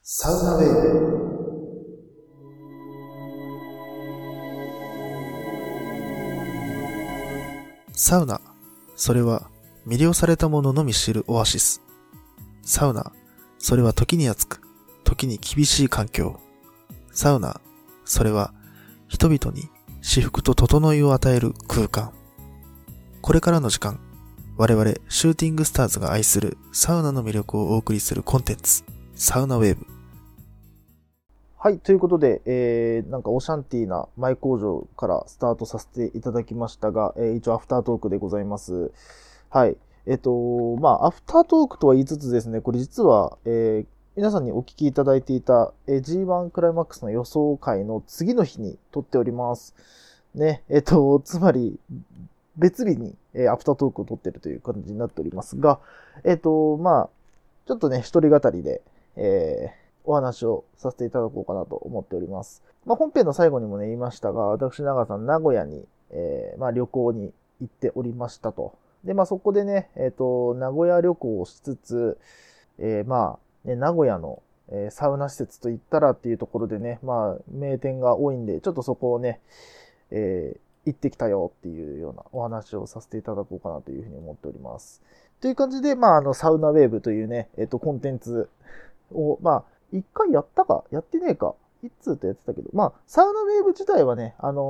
サウナウェーブ。サウナ、それは魅了された者のみ知るオアシス。サウナ、それは時に熱く、時に厳しい環境。サウナ、それは人々に至福と整いを与える空間。これからの時間、我々シューティングスターズが愛するサウナの魅力をお送りするコンテンツ、サウナウェーブ。はい、ということで、なんかオシャンティーな前工場からスタートさせていただきましたが、一応アフタートークでございます。はい。アフタートークとは言いつつですね、これ実は、皆さんにお聞きいただいていた、G1 クライマックスの予想会の次の日に撮っております。ね、つまり、別日に、アフタートークを撮ってるという感じになっておりますが、ちょっとね、一人語りで、お話をさせていただこうかなと思っております。本編の最後にもね、言いましたが、私、長さん、名古屋に、旅行に行っておりましたと。で、そこでね、名古屋旅行をしつつ、名古屋の、サウナ施設といったらっていうところでね、名店が多いんで、ちょっとそこをね、行ってきたよっていうようなお話をさせていただこうかなというふうに思っております。という感じで、サウナウェーブというね、コンテンツを、一回やったかやってねえか一通とやってたけど、サウナウェーブ自体はね、アフ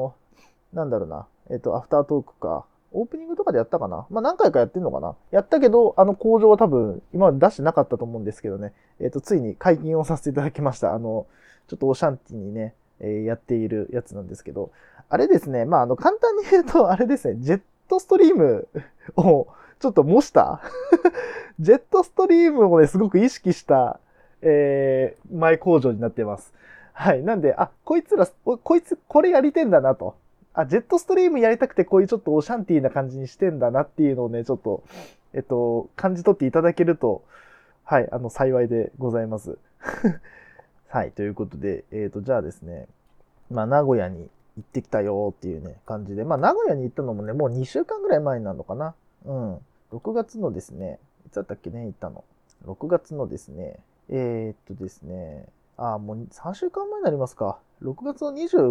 タートークか、オープニングとかでやったかな何回かやってんのかなやったけど、工場は多分、今まで出してなかったと思うんですけどね、ついに解禁をさせていただきました。ちょっとオシャンティにね、やっているやつなんですけど、あれですね、簡単に言うと、あれですね、ジェットストリームをちょっと模したジェットストリームをね、すごく意識した、前工場になってます。はい。なんで、こいつ、これやりてんだなと。ジェットストリームやりたくてこういうちょっとオシャンティーな感じにしてんだなっていうのをね、ちょっと、感じ取っていただけると、はい、幸いでございます。はい。ということで、じゃあですね、名古屋に行ってきたよっていうね、感じで、名古屋に行ったのもね、もう2週間ぐらい前になるのかな。うん。6月のですね、いつだったっけね、行ったの。6月のですね、ですね、もう3週間前になりますか。6月の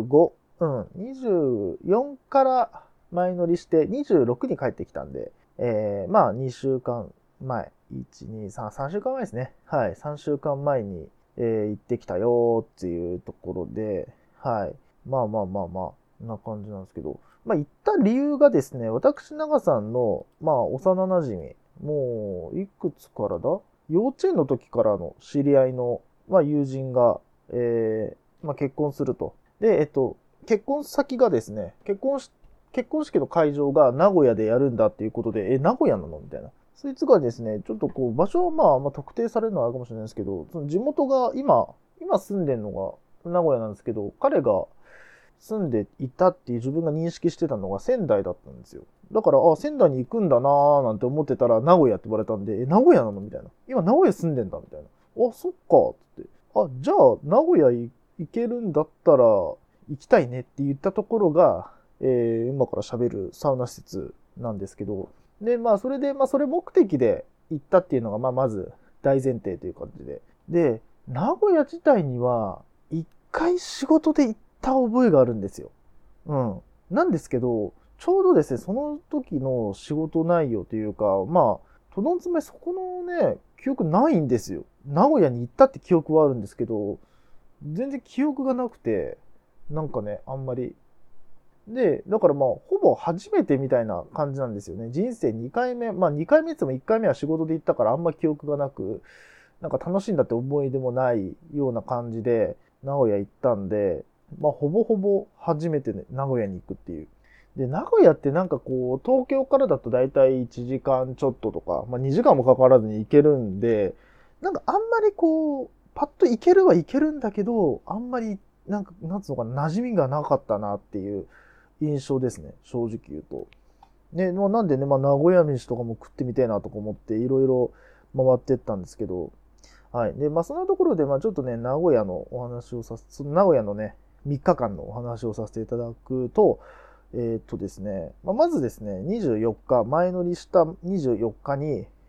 25、24から前乗りして26に帰ってきたんで、2週間前、1、2、3週間前ですね。はい、3週間前に、行ってきたよっていうところで、はい、な感じなんですけど、行った理由がですね、私、長さんの、幼馴染、もう、いくつからだ幼稚園の時からの知り合いの、友人が、結婚すると。で、結婚先がですね、結婚式の会場が名古屋でやるんだっていうことで、名古屋なのみたいな。そいつがですね、ちょっとこう、場所は特定されるのはあるかもしれないですけど、その地元が今住んでるのが名古屋なんですけど、彼が住んでいたっていう自分が認識してたのが仙台だったんですよ。だから、仙台に行くんだなーなんて思ってたら、名古屋って言われたんで、名古屋なのみたいな。今、名古屋住んでんだみたいな。そっかって。じゃあ、名古屋行けるんだったら、行きたいねって言ったところが、今から喋るサウナ施設なんですけど、で、それで、それ目的で行ったっていうのが、まず大前提という感じで。で、名古屋自体には、一回仕事で行った覚えがあるんですよ。うん。なんですけど、ちょうどですね、その時の仕事内容というか、とどんつまりそこのね、記憶ないんですよ。名古屋に行ったって記憶はあるんですけど、全然記憶がなくて、なんかね、あんまり。で、だからほぼ初めてみたいな感じなんですよね。人生2回目、2回目って言っても1回目は仕事で行ったからあんま記憶がなく、なんか楽しんだって思い出もないような感じで、名古屋行ったんで、ほぼほぼ初めてね、名古屋に行くっていう。で、名古屋ってなんかこう、東京からだとだいたい1時間ちょっととか、2時間もかからずに行けるんで、なんかあんまりこう、パッと行けるは行けるんだけど、あんまり、なんか、なんつうのかな、馴染みがなかったなっていう印象ですね、正直言うと。ね、なんでね、名古屋飯とかも食ってみたいなとか思って、いろいろ回ってったんですけど、はい。で、そんなところで、ちょっとね、名古屋のお話をその名古屋のね、3日間のお話をさせていただくと、ですね、まずですね、24日、前乗りした24日に、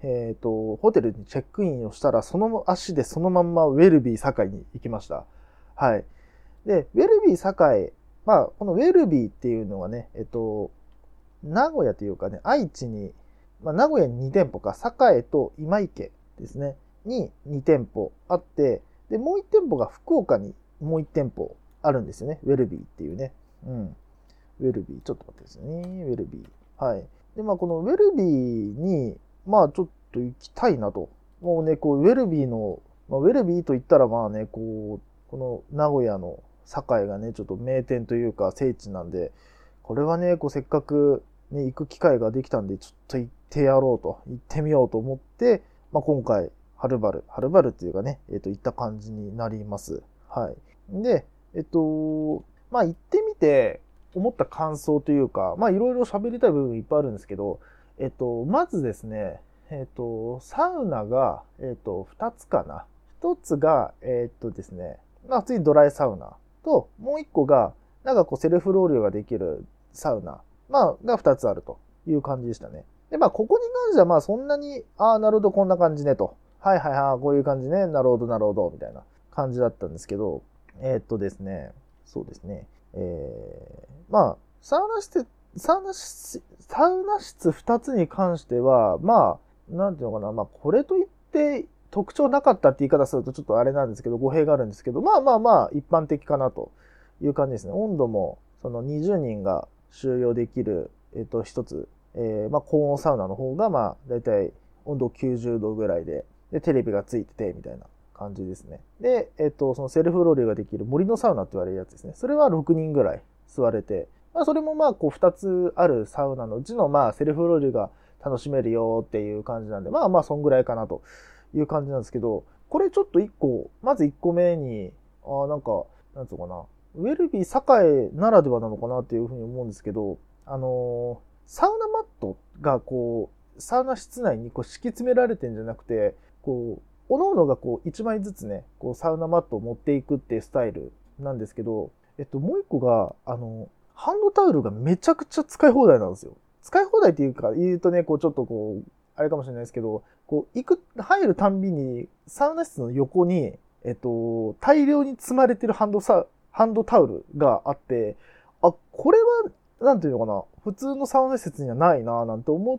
ホテルにチェックインをしたら、その足でそのまんまウェルビー堺に行きました。はい。で、ウェルビー堺、まあ、このウェルビーっていうのはね、名古屋というかね、愛知に、まあ、名古屋に2店舗か、栄と今池ですね、に2店舗あって、で、もう1店舗が福岡にもう1店舗あるんですよね。ウェルビーっていうね。うん。ウェルビー、ちょっと待ってですね。ウェルビー。はい。で、まあ、このウェルビーに、まあ、ちょっと行きたいなと。もうね、こう、ウェルビーの、まあ、ウェルビーと言ったら、まあね、こう、この名古屋の栄がね、ちょっと名店というか聖地なんで、これはね、こうせっかく、ね、行く機会ができたんで、ちょっと行ってやろうと、行ってみようと思って、まあ、今回、はるばるっていうかね、行った感じになります。はい。で、まあ、行ってみて、思った感想というか、まあ、いろいろ喋りたい部分いっぱいあるんですけど、まずですね、サウナが、二つかな。一つが、ですね、まあ、普通にドライサウナと、もう一個が、なんかこう、セルフロウリュができるサウナ、まあ、が二つあるという感じでしたね。で、まあ、ここに関しては、まあ、そんなに、ああ、なるほど、こんな感じね、と。はいはいはい、こういう感じね、なるほど、なるほど、みたいな感じだったんですけど、ですね、そうですね、まあ、サウナ室2つに関しては、まあ、なんていうのかな、まあ、これといって特徴なかったって言い方するとちょっとあれなんですけど、語弊があるんですけど、まあまあまあ、一般的かなという感じですね。温度も、その20人が収容できる、一つ、まあ、高温サウナの方が、まあ、だいたい温度90度ぐらいで、テレビがついてて、みたいな感じですね。で、そのセルフロウリュができる森のサウナって言われるやつですね。それは6人ぐらい座れて、まあ、それもまあ、こう、2つあるサウナのうちの、まあ、セルフロウリュが楽しめるよっていう感じなんで、まあまあ、そんぐらいかなという感じなんですけど、これちょっとまず1個目に、なんか、なんつうのかな、ウェルビー栄ならではなのかなっていうふうに思うんですけど、サウナマットがこう、サウナ室内にこう敷き詰められてんじゃなくて、こう、各々がこう、1枚ずつね、こう、サウナマットを持っていくっていうスタイルなんですけど、もう一個が、ハンドタオルがめちゃくちゃ使い放題なんですよ。使い放題っていうか、言うとね、こう、ちょっとこう、あれかもしれないですけど、こう、入るたんびに、サウナ室の横に、大量に積まれてるハンドタオルがあって、あ、これは、なんていうのかな、普通のサウナ施設にはないななんて思って、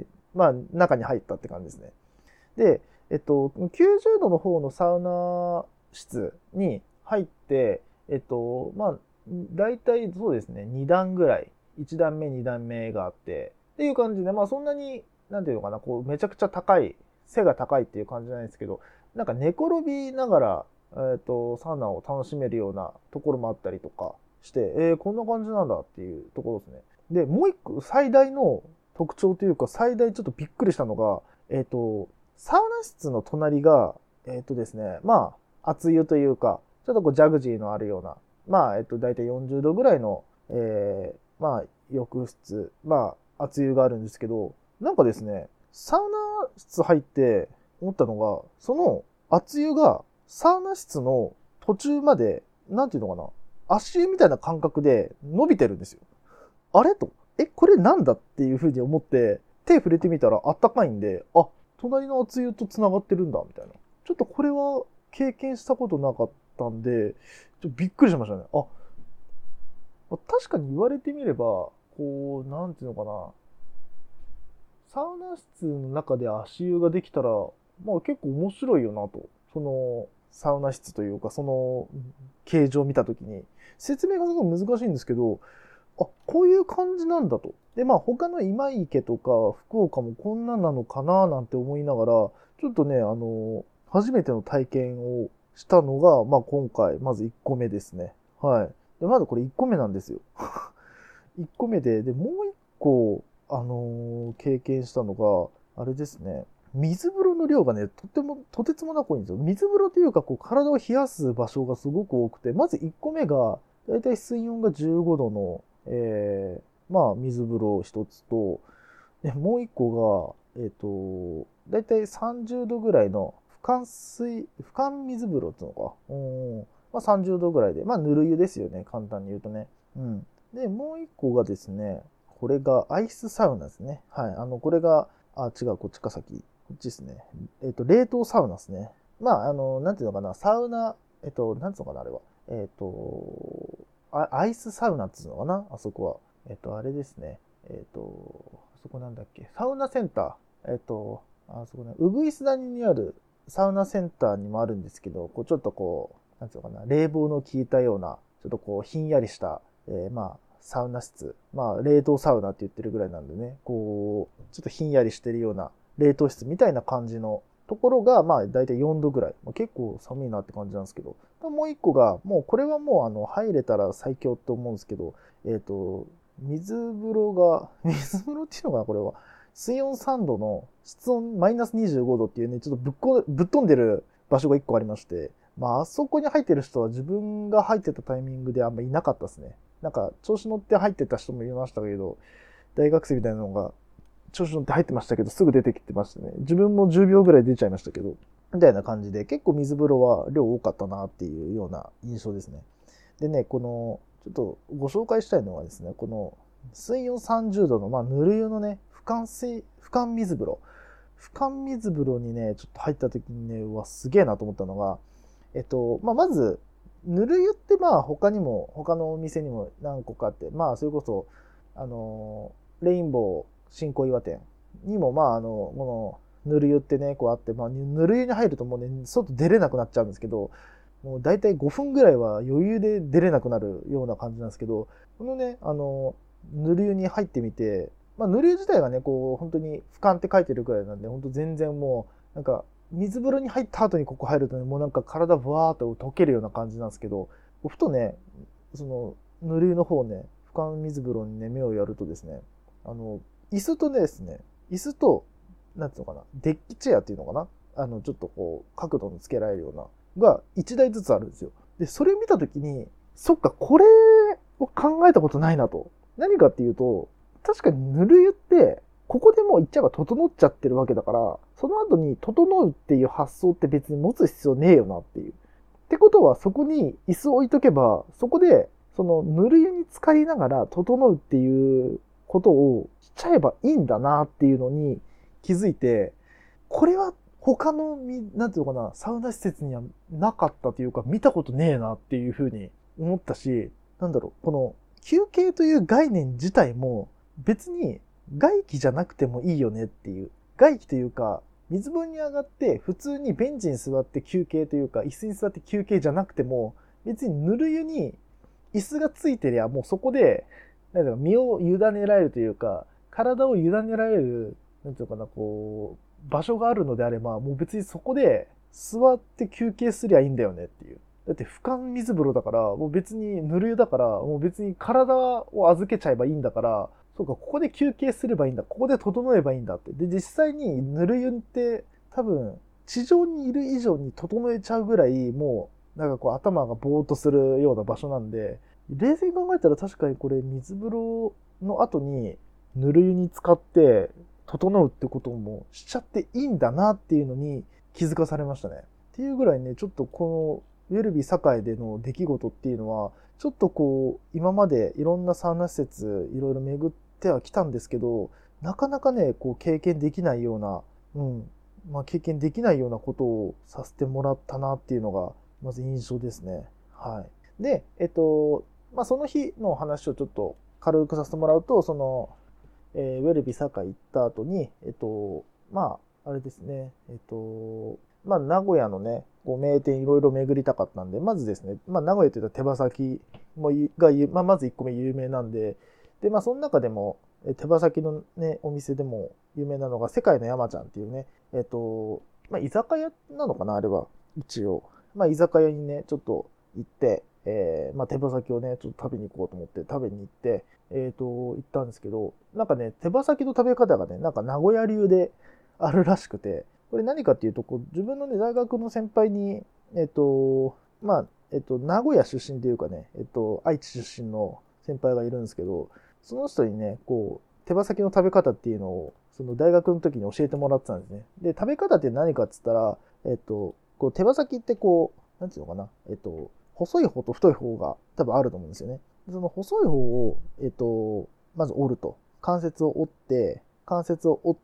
まあ、中に入ったって感じですね。で、90度の方のサウナ室に入って、まあ、大体そうですね、2段ぐらい、1段目、2段目があって、っていう感じで、まあそんなに、なんていうのかな、こう、めちゃくちゃ高い、背が高いっていう感じじゃないですけど、なんか寝転びながら、サウナを楽しめるようなところもあったりとかして、こんな感じなんだっていうところですね。で、もう一個最大の特徴というか、最大ちょっとびっくりしたのが、サウナ室の隣が、ですね、まあ、熱湯というか、ちょっとこうジャグジーのあるような、まあ、だいたい40度ぐらいの、まあ、浴室、まあ、熱湯があるんですけど、なんかですね、サウナ室入って思ったのが、その熱湯がサウナ室の途中まで、なんていうのかな、足湯みたいな感覚で伸びてるんですよ。あれと、これなんだっていう風に思って、手触れてみたらあったかいんで、あ、隣の熱湯と繋がってるんだ、みたいな。ちょっとこれは経験したことなかったんで、ちょっとびっくりしましたね。確かに言われてみれば、こう、なんていうのかな。サウナ室の中で足湯ができたら、まあ結構面白いよなと。その、サウナ室というか、その、形状を見たときに、説明がすごい難しいんですけど、あ、こういう感じなんだと。で、まあ他の今池とか福岡もこんななのかななんて思いながら、ちょっとね、初めての体験をしたのが、まあ今回、まず1個目ですね。はい。で、まずこれ1個目なんですよ。1個目で、もう1個、経験したのが、あれですね。水風呂の量がね、とてつもなく多いんですよ。水風呂というか、こう、体を冷やす場所がすごく多くて、まず1個目が、だいたい水温が15度の、まあ、水風呂一つと、で、もう一個が、だいたい30度ぐらいの俯瞰水風呂っていうのか。まあ、30度ぐらいで、まあ、ぬる湯ですよね。簡単に言うとね。うん。で、もう一個がですね、これがアイスサウナですね。はい。これが、違う、こっちか先。 こっちですね。冷凍サウナですね。まあ、なんていうのかな、サウナ、なんていうのかな、あれは。アイスサウナっていうのかな、あそこは。あれですね。あそこなんだっけ、サウナセンター。あそこね、ウグイス谷にあるサウナセンターにもあるんですけど、こうちょっとこう、なんていうのかな、冷房の効いたような、ちょっとこう、ひんやりした、まあ、サウナ室。まあ、冷凍サウナって言ってるぐらいなんでね、こう、ちょっとひんやりしてるような冷凍室みたいな感じのところが、まあ、だいたい4度ぐらい。結構寒いなって感じなんですけど。もう一個が、もうこれはもう入れたら最強って思うんですけど、水風呂が、水風呂っていうのかな、これは。水温3度の室温マイナス25度っていうね、ちょっとぶっ飛んでる場所が1個ありまして、まあ、あそこに入ってる人は自分が入ってたタイミングであんまいなかったですね。なんか、調子乗って入ってた人もいましたけど、大学生みたいなのが、調子乗って入ってましたけど、すぐ出てきてましたね。自分も10秒ぐらい出ちゃいましたけど、みたいな感じで、結構水風呂は量多かったなっていうような印象ですね。でね、この、ちょっとご紹介したいのはですね、この水温30度の、まあ、ぬる湯のね、俯瞰水風呂。俯瞰水風呂にね、ちょっと入った時にね、うわ、すげえなと思ったのが、まあ、まず、ぬる湯ってまあ他のお店にも何個かあって、まあそれこそ、レインボー新小岩店にもまあこのぬる湯ってね、こうあって、まあぬる湯に入るともうね、外出れなくなっちゃうんですけど、もう大体5分ぐらいは余裕で出れなくなるような感じなんですけど、このね、ぬる湯に入ってみて、まあぬる湯自体がね、こう本当に俯瞰って書いてるくらいなんで、本当全然もう、なんか、水風呂に入った後にここ入るとね、もうなんか体ブワーっと溶けるような感じなんですけど、ふとね、その、ぬる湯の方ね、俯瞰水風呂にね、目をやるとですね、椅子とですね、椅子と、なんていうのかな、デッキチェアっていうのかな、ちょっとこう、角度のつけられるような、が1台ずつあるんですよ。で、それを見たときに、そっか、これを考えたことないなと。何かっていうと、確かにぬる湯って、ここでもう言っちゃえば整っちゃってるわけだから、その後に整うっていう発想って別に持つ必要ねえよなっていう。ってことはそこに椅子を置いとけば、そこでそのぬる湯に浸かりながら整うっていうことをしちゃえばいいんだなっていうのに気づいて、これは他の、なんていうのかな、サウナ施設にはなかったというか見たことねえなっていうふうに思ったし、なんだろう、この休憩という概念自体も別に外気じゃなくてもいいよねっていう。外気というか、水風呂に上がって普通にベンチに座って休憩というか、椅子に座って休憩じゃなくても、別にぬる湯に椅子がついてりゃもうそこで、なんだろう、身を委ねられるというか、体を委ねられる、なんていうのかな、こう、場所があるのであれば、もう別にそこで座って休憩すりゃいいんだよねっていう。だって俯瞰水風呂だから、もう別にぬる湯だから、もう別に体を預けちゃえばいいんだから、そうか、ここで休憩すればいいんだ。ここで整えばいいんだって。で、実際にぬる湯って多分、地上にいる以上に整えちゃうぐらい、もう、なんかこう頭がぼーっとするような場所なんで、冷静に考えたら確かにこれ水風呂の後にぬる湯に浸かって整うってこともしちゃっていいんだなっていうのに気づかされましたね。っていうぐらいね、ちょっとこのウェルビー栄での出来事っていうのは、ちょっとこう、今までいろんなサウナ施設いろいろ巡ってはきたんですけど、なかなかね、こう経験できないような、まあ経験できないようなことをさせてもらったなっていうのが、まず印象ですね。はい。で、まあその日の話をちょっと軽くさせてもらうと、その、ウェルビー行った後に、まあ、あれですね、まあ、名古屋のね、こう名店いろいろ巡りたかったんで、まずですね、まあ、名古屋というと手羽先が、まあ、まず1個目有名なんで、で、まあ、その中でも、手羽先のね、お店でも有名なのが、世界の山ちゃんっていうね、まあ、居酒屋なのかな、あれは、一応。まあ、居酒屋にね、ちょっと行って、まあ、手羽先をね、ちょっと食べに行こうと思って食べに行って、行ったんですけど、なんかね、手羽先の食べ方がね、なんか名古屋流であるらしくて、これ何かっていうと、こう自分のね、大学の先輩に、まあ、名古屋出身というかね、愛知出身の先輩がいるんですけど、その人にね、こう、手羽先の食べ方っていうのを、その大学の時に教えてもらってたんですね。で、食べ方って何かって言ったら、こう手羽先ってこう、なんていうのかな、細い方と太い方が多分あると思うんですよね。その細い方を、まず折ると。関節を折って、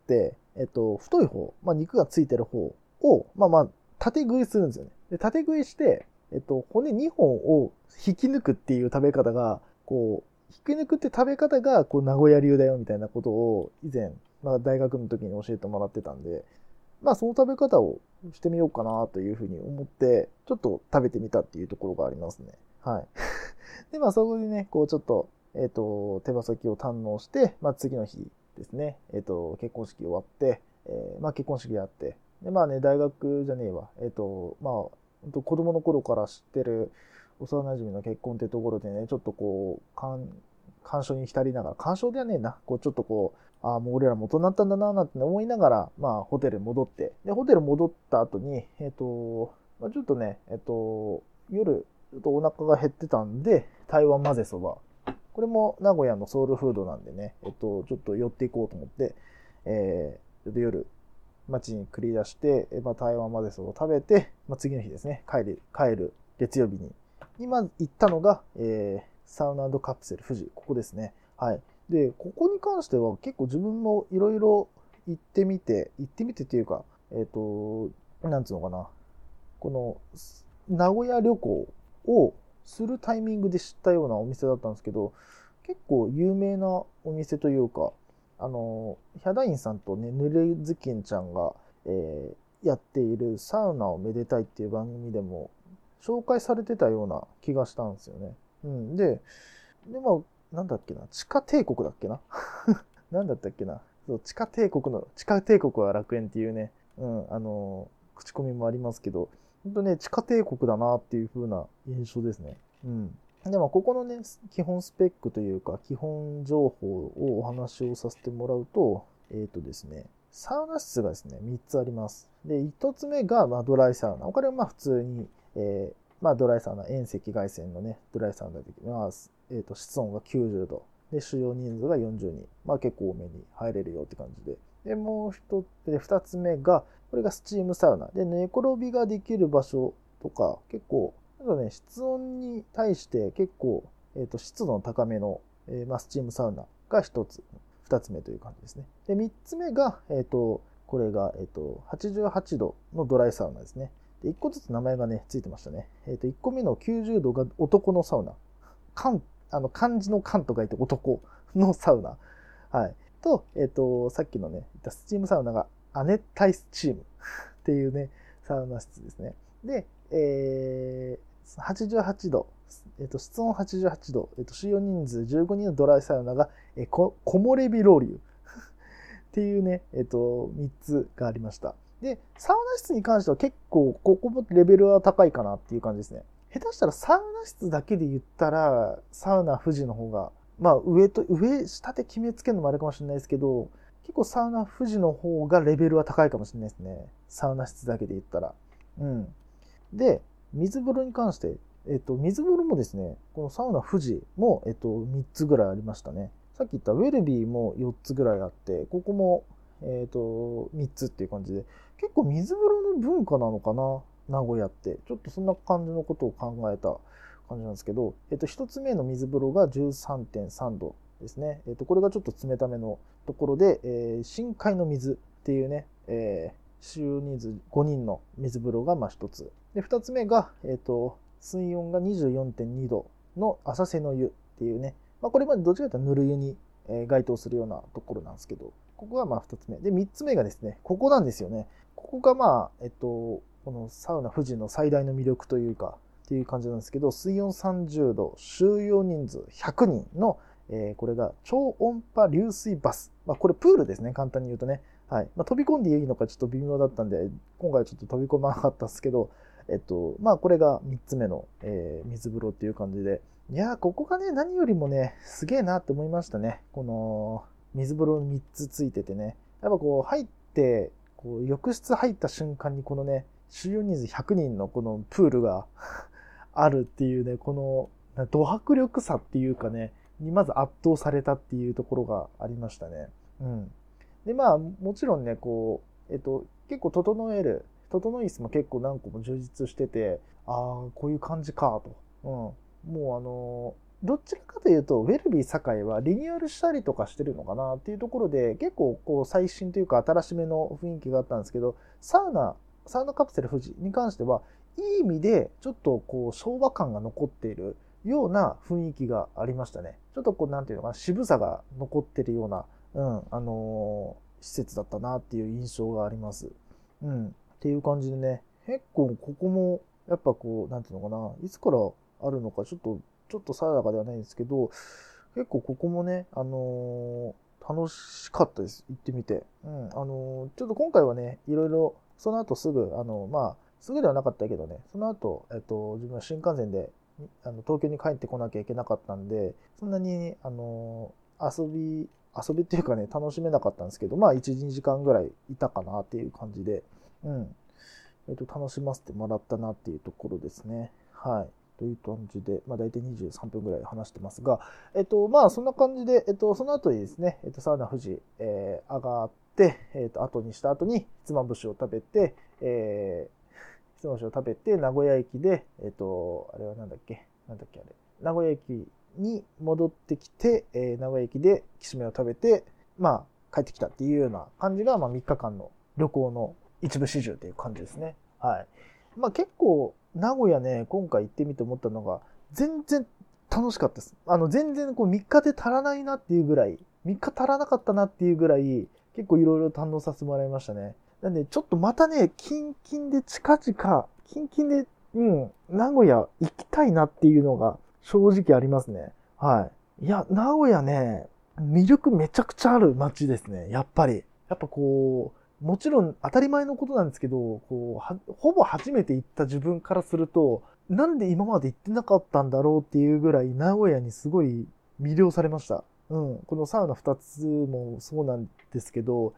太い方、肉がついてる方を、縦食いするんですよね。で、縦食いして、骨2本を引き抜くっていう食べ方が、引き抜くって食べ方が、名古屋流だよみたいなことを以前、大学の時に教えてもらってたんで、その食べ方をしてみようかなというふうに思って、ちょっと食べてみたっていうところがありますね。はい。で、そこでね、ちょっと、手羽先を堪能して、次の日ですね、結婚式終わって、結婚式やって、で、大学じゃねえわ、子供の頃から知ってる幼馴染の結婚ってところでね、ちょっと感傷に浸りながら、感傷ではねえな、ちょっともう俺らも大人になったんだな、なんて思いながら、ホテルに戻って、で、ホテル戻った後に、ちょっとね、夜、ちょっとお腹が減ってたんで、台湾混ぜそば。これも名古屋のソウルフードなんでね、ちょっと寄っていこうと思って、ちょっと夜、街に繰り出して、台湾混ぜそばを食べて、次の日ですね、帰る月曜日に、今行ったのが、サウナ&カプセル富士、ここですね。はい。で、ここに関しては結構自分もいろいろ行ってみてっていうか、なんつうのかな。この、名古屋旅行をするタイミングで知ったようなお店だったんですけど、結構有名なお店というか、ヒャダインさんとね、ぬれずきんちゃんが、やっているサウナをめでたいっていう番組でも紹介されてたような気がしたんですよね。うん。で、なんだっけな、地下帝国だっけななんだったっけな。そう、地下帝国は楽園っていうね、口コミもありますけど、本当ね、地下帝国だなっていう風な印象ですね。うん。で、ここのね、基本スペックというか、基本情報をお話をさせてもらうと、ですね、サウナ室がですね、3つあります。で、1つ目が、ドライサウナ。これは普通に、ドライサウナ、遠赤外線のね、ドライサウナで、室温が90度。で、使用人数が40人。結構多めに入れるよって感じで。で、もう一つ、で、2つ目が、これがスチームサウナ。で、寝転びができる場所とか、結構、室温に対して結構、湿度の高めの、スチームサウナが1つ、2つ目という感じですね。で、3つ目が、これが、88度のドライサウナですね。で、1個ずつ名前がね、ついてましたね。1個目の90度が男のサウナ。漢字の漢と書いて男のサウナ。はい。と、さっきのね、言ったスチームサウナが亜熱帯スチームっていうね、サウナ室ですね。で、88度、室温88度、使用人数15人のドライサウナが、木漏れ日ロウリュっていうね、3つがありました。で、サウナ室に関しては結構、ここもレベルは高いかなっていう感じですね。下手したらサウナ室だけで言ったら、サウナ富士の方が、上、下で決めつけるのもあれかもしれないですけど、結構サウナ富士の方がレベルは高いかもしれないですね。サウナ室だけで言ったら。うん。で、水風呂に関して、水風呂もですね、このサウナ富士も、3つぐらいありましたね。さっき言ったウェルビーも4つぐらいあって、ここも、3つっていう感じで、結構水風呂の文化なのかな、名古屋って。ちょっとそんな感じのことを考えた感じなんですけど、1つ目の水風呂が 13.3 度ですね。これがちょっと冷ためのところで、深海の水っていうね、使用人数5人の水風呂が1つ。で、2つ目が、水温が 24.2 度の浅瀬の湯っていうね、これまでどっちかというとぬる湯に該当するようなところなんですけど、ここが2つ目。で、3つ目がですね、ここなんですよね。ここがこのサウナ富士の最大の魅力というか、っていう感じなんですけど、水温30度、収容人数100人の、これが超音波流水バス。これプールですね、簡単に言うとね。はい。飛び込んでいいのかちょっと微妙だったんで、今回はちょっと飛び込まなかったですけど、これが3つ目の、水風呂っていう感じで、いやー、ここがね、何よりもね、すげえなって思いましたね。この、水風呂3つついててね。やっぱ入って、浴室入った瞬間にこのね、収容人数100人のこのプールがあるっていうね、この、ド迫力さっていうかね、にまず圧倒されたっていうところがありましたね。うん。で、もちろんね、結構整い椅子も結構何個も充実してて、ああ、こういう感じかと。うん。もどっちかというと、ウェルビー堺はリニューアルしたりとかしてるのかなっていうところで、結構こう最新というか新しめの雰囲気があったんですけど、サウナカプセル富士に関しては、いい意味でちょっとこう昭和感が残っているような雰囲気がありましたね。ちょっとこうなんていうのかな、渋さが残ってるような、施設だったなっていう印象があります。っていう感じでね、結構ここも、やっぱこう、なんていうのかな、いつからあるのかちょっと定かではないんですけど、結構ここもね、楽しかったです。行ってみて。ちょっと今回はね、いろいろ、その後すぐ、すぐではなかったけどね、その後、自分は新幹線で、東京に帰ってこなきゃいけなかったんで、そんなに、遊びっていうかね、楽しめなかったんですけど、まあ、1、2時間ぐらいいたかなっていう感じで、うん。楽しませてもらったなっていうところですね。はい。という感じで、まあ、大体23分ぐらい話してますが、まあ、そんな感じで、その後にですね、サウナ富士、上がって、後にした後に、ひつまぶしを食べて、ひつまぶしを食べて、名古屋駅で、あれはなんだっけあれ。名古屋駅に戻ってきて、名古屋駅できしめんを食べて、まあ、帰ってきたっていうような感じが、まあ、3日間の旅行の一部始終っていう感じですね。はい。まあ結構、名古屋ね、今回行ってみて思ったのが、全然楽しかったです。全然こう3日で足らないなっていうぐらい、3日足らなかったなっていうぐらい、結構いろいろ堪能させてもらいましたね。なんで、ちょっとまたね、近々で名古屋行きたいなっていうのが正直ありますね。はい。いや、名古屋ね、魅力めちゃくちゃある街ですね。やっぱり。やっぱこう、もちろん当たり前のことなんですけど、こう、ほぼ初めて行った自分からすると、なんで今まで行ってなかったんだろうっていうぐらい名古屋にすごい魅了されました。このサウナ2つもそうなんですけど、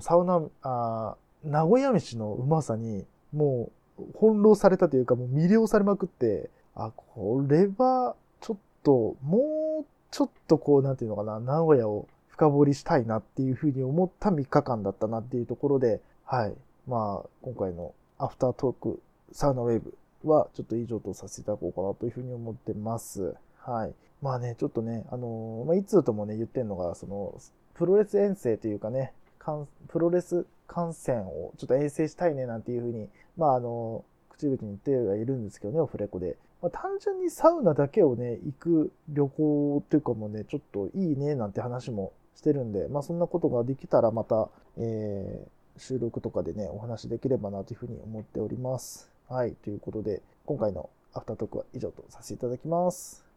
名古屋飯のうまさに、もう、翻弄されたというか、もう魅了されまくって、これは、もうちょっとこう、なんていうのかな、名古屋を深掘りしたいなっていうふうに思った3日間だったなっていうところで、はい。まあ、今回のアフタートーク、サウナウェーブはちょっと以上とさせていただこうかなというふうに思ってます。はい。まあね、ちょっとね、いつともね、言ってんのが、プロレス遠征というかね、プロレス観戦をちょっと遠征したいねなんていうふうに、口々に言ってはいるんですけどね、オフレコで。単純にサウナだけをね、行く旅行っていうかもね、ちょっといいねなんて話もしてるんで、そんなことができたらまた、収録とかでね、お話できればなというふうに思っております。はい、ということで、今回のアフタートークは以上とさせていただきます。